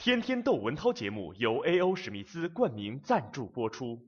天天窦文涛节目由 A.O. 史密斯冠名赞助播出。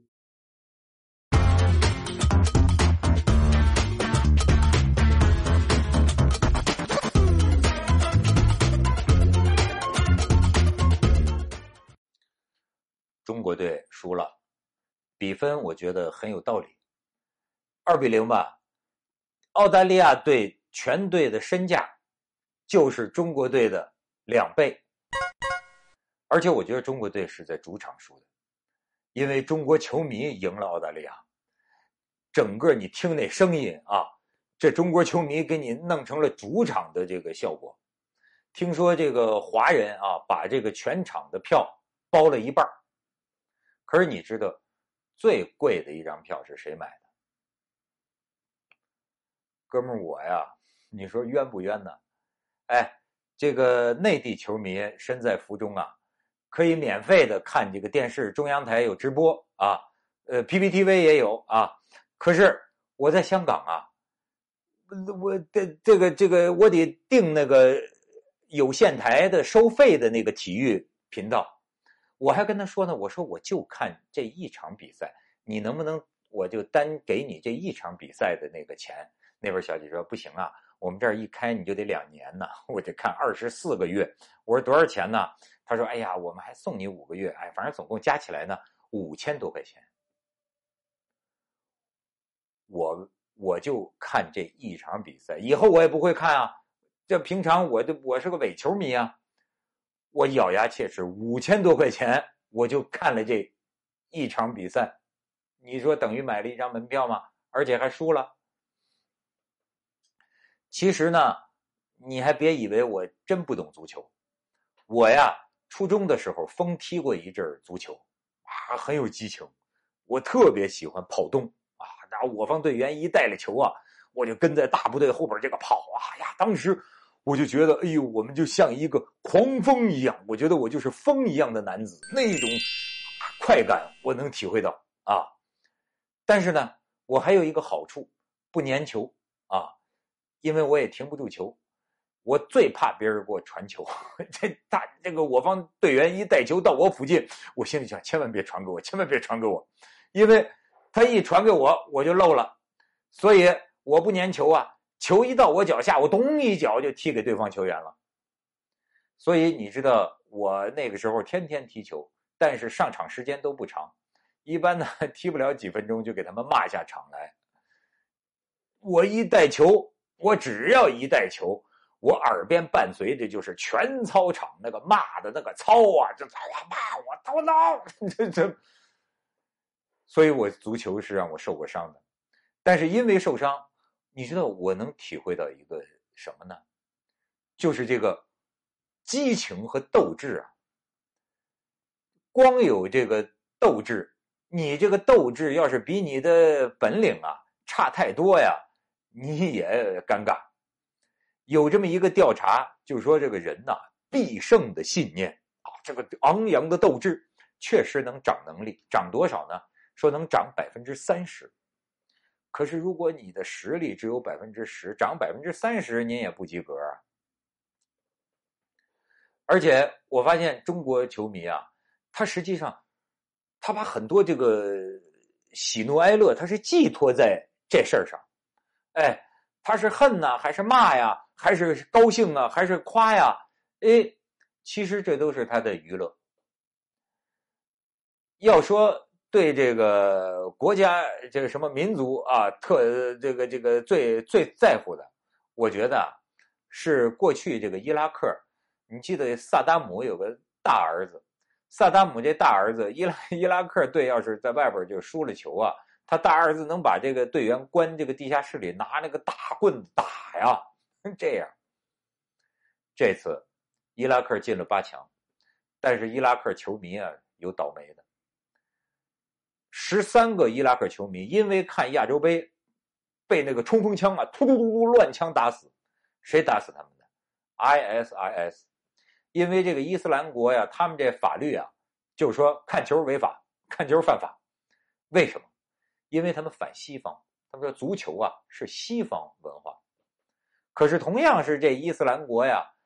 中国队输了，比分我觉得很有道理，2-0吧。澳大利亚队全队的身价就是中国队的2倍，而且我觉得中国队是在主场输的，因为中国球迷赢了澳大利亚。整个你听那声音啊，这中国球迷给你弄成了主场的这个效果。听说这个华人啊，把这个全场的票包了一半。可是你知道最贵的一张票是谁买的？哥们儿我呀，你说冤不冤呢？这个内地球迷身在福中啊，可以免费的看这个电视，中央台有直播啊，PPTV 也有啊。可是我在香港啊，我这个我得订那个有线台的收费的那个体育频道。我还跟他说呢，我说我就看这一场比赛，你能不能我就单给你这一场比赛的那个钱？那边小姐说不行啊，我们这儿一开你就得2年呢，我得看24个月。我说多少钱呢？他说哎呀，我们还送你5个月，反正总共加起来呢5000多块钱。我就看这一场比赛，以后我也不会看啊。这平常我是个伪球迷啊。我咬牙切齿，5000多块钱我就看了这一场比赛，你说等于买了一张门票吗？而且还输了。其实呢，你还别以为我真不懂足球，我呀初中的时候疯踢过一阵足球啊，很有激情，我特别喜欢跑动啊，然后我方队员一带了球啊，我就跟在大部队后边这个跑啊呀，当时我就觉得，哎呦，我们就像一个狂风一样，我觉得我就是风一样的男子，那种快感我能体会到啊。但是呢，我还有一个好处，不粘球啊，因为我也停不住球。我最怕别人给我传球，这个我方队员一带球到我附近，我心里想，千万别传给我，千万别传给我，因为他一传给我，我就漏了，所以我不粘球啊。球一到我脚下，我咚一脚就踢给对方球员了。所以你知道我那个时候天天踢球，但是上场时间都不长，一般呢踢不了几分钟就给他们骂下场来。我一带球，我只要一带球，我耳边伴随的就是全操场那个骂的那个操啊，这骂我头脑这。所以我足球是让我受过伤的，但是因为受伤，你知道我能体会到一个什么呢？就是这个激情和斗志啊。光有这个斗志，你这个斗志要是比你的本领啊差太多呀，你也尴尬。有这么一个调查，就是说这个人呐，必胜的信念啊，这个昂扬的斗志确实能长能力，长多少呢？说能长30%。可是如果你的实力只有10%，涨30%您也不及格啊。而且我发现中国球迷啊，他实际上他把很多这个喜怒哀乐他是寄托在这事儿上。他是恨呢，还是骂呀，还是高兴啊，还是夸呀？其实这都是他的娱乐。要说对这个国家这个什么民族啊，这个最在乎的，我觉得是过去这个伊拉克。你记得萨达姆有个大儿子，萨达姆这大儿子伊拉克队要是在外边就输了球啊，他大儿子能把这个队员关这个地下室里，拿那个大棍子打呀。这样，这次伊拉克进了8强，但是伊拉克球迷啊有倒霉的。13个伊拉克球迷因为看亚洲杯被那个冲锋枪啊突突突突乱枪打死。谁打死他们的？ ISIS。 因为这个伊斯兰国呀，他们这法律啊就是说看球违法，看球犯法。为什么？因为他们反西方，他们说足球啊是西方文化。可是同样是这伊斯兰国呀，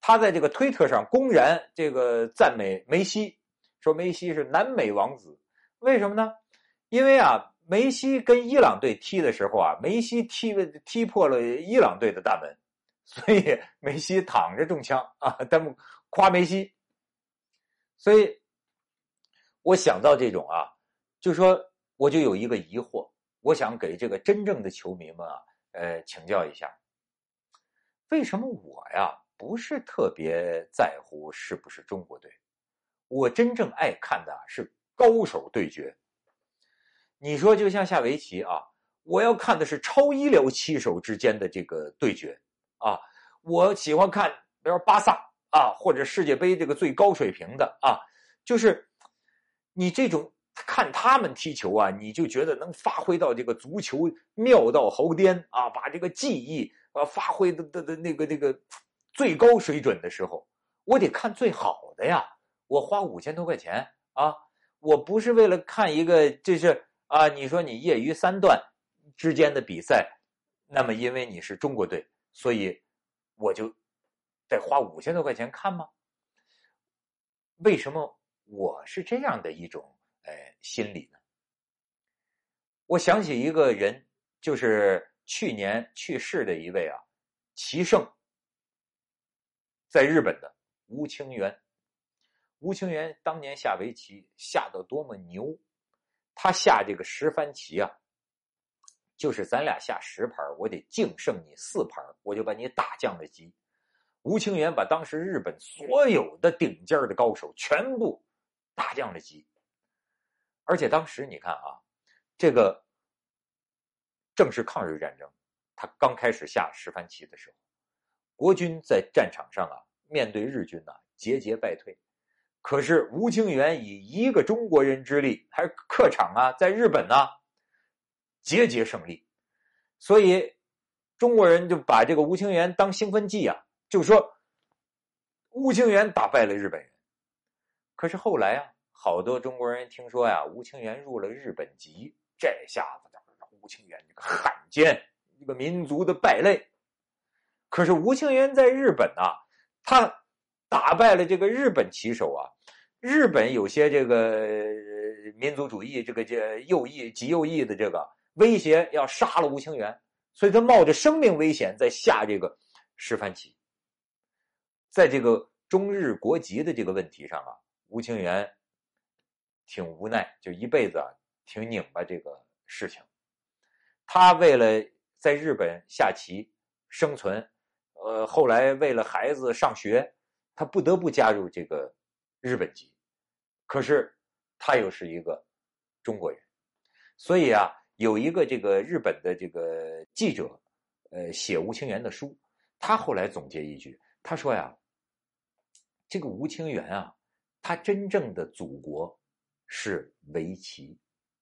他在这个推特上公然这个赞美梅西，说梅西是南美王子。为什么呢？因为啊，梅西跟伊朗队踢的时候啊，梅西踢破了伊朗队的大门，所以梅西躺着中枪啊，他们夸梅西。所以我想到这种啊，就说我就有一个疑惑，我想给这个真正的球迷们啊，请教一下，为什么我呀不是特别在乎是不是中国队？我真正爱看的是高手对决。你说就像下围棋啊，我要看的是超医疗棋手之间的这个对决啊，我喜欢看比如巴萨啊，或者世界杯这个最高水平的啊，就是你这种看他们踢球啊，你就觉得能发挥到这个足球妙到毫巅啊，把这个技艺发挥的那个最高水准的时候，我得看最好的呀。我花5000多块钱啊，我不是为了看一个就是啊，你说你业余三段之间的比赛，那么因为你是中国队，所以我就得花5000多块钱看吗？为什么我是这样的一种心理呢？我想起一个人，就是去年去世的一位啊，棋圣，在日本的吴清源。吴清源当年下围棋下到多么牛，他下这个10番棋啊，就是咱俩下10盘，我得净胜你4盘，我就把你打降了级。吴清源把当时日本所有的顶尖的高手全部打降了级。而且当时你看啊，这个正是抗日战争，他刚开始下10番棋的时候，国军在战场上啊，面对日军啊，节节败退。可是吴清源以一个中国人之力，还客场啊，在日本呢，节节胜利。所以中国人就把这个吴清源当兴奋剂啊，就说吴清源打败了日本人。可是后来啊，好多中国人听说呀，吴清源入了日本籍，这下子吴清源这个汉奸，这个民族的败类。可是吴清源在日本啊，他打败了这个日本棋手啊，日本有些这个民族主义这个右翼极右翼的这个威胁要杀了吴清源，所以他冒着生命危险在下这个10番棋。在这个中日国籍的这个问题上啊，吴清源挺无奈，就一辈子啊挺拧巴这个事情。他为了在日本下棋生存，后来为了孩子上学，他不得不加入这个日本籍。可是他又是一个中国人，所以啊，有一个这个日本的这个记者，写吴清源的书，他后来总结一句，他说呀，这个吴清源啊，他真正的祖国是围棋。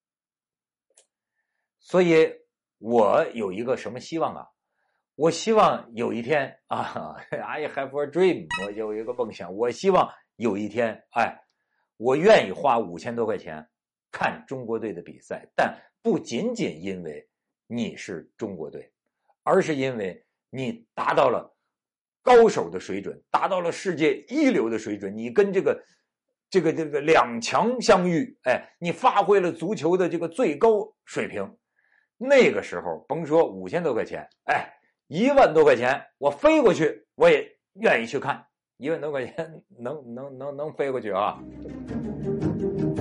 所以我有一个什么希望啊？我希望有一天啊 ，I have a dream， 我有一个梦想，我希望有一天，我愿意花5000多块钱看中国队的比赛，但不仅仅因为你是中国队，而是因为你达到了高手的水准，达到了世界一流的水准，你跟这个两强相遇，你发挥了足球的这个最高水平。那个时候甭说5000多块钱，1万多块钱我飞过去我也愿意去看，1万多块钱能飞过去啊。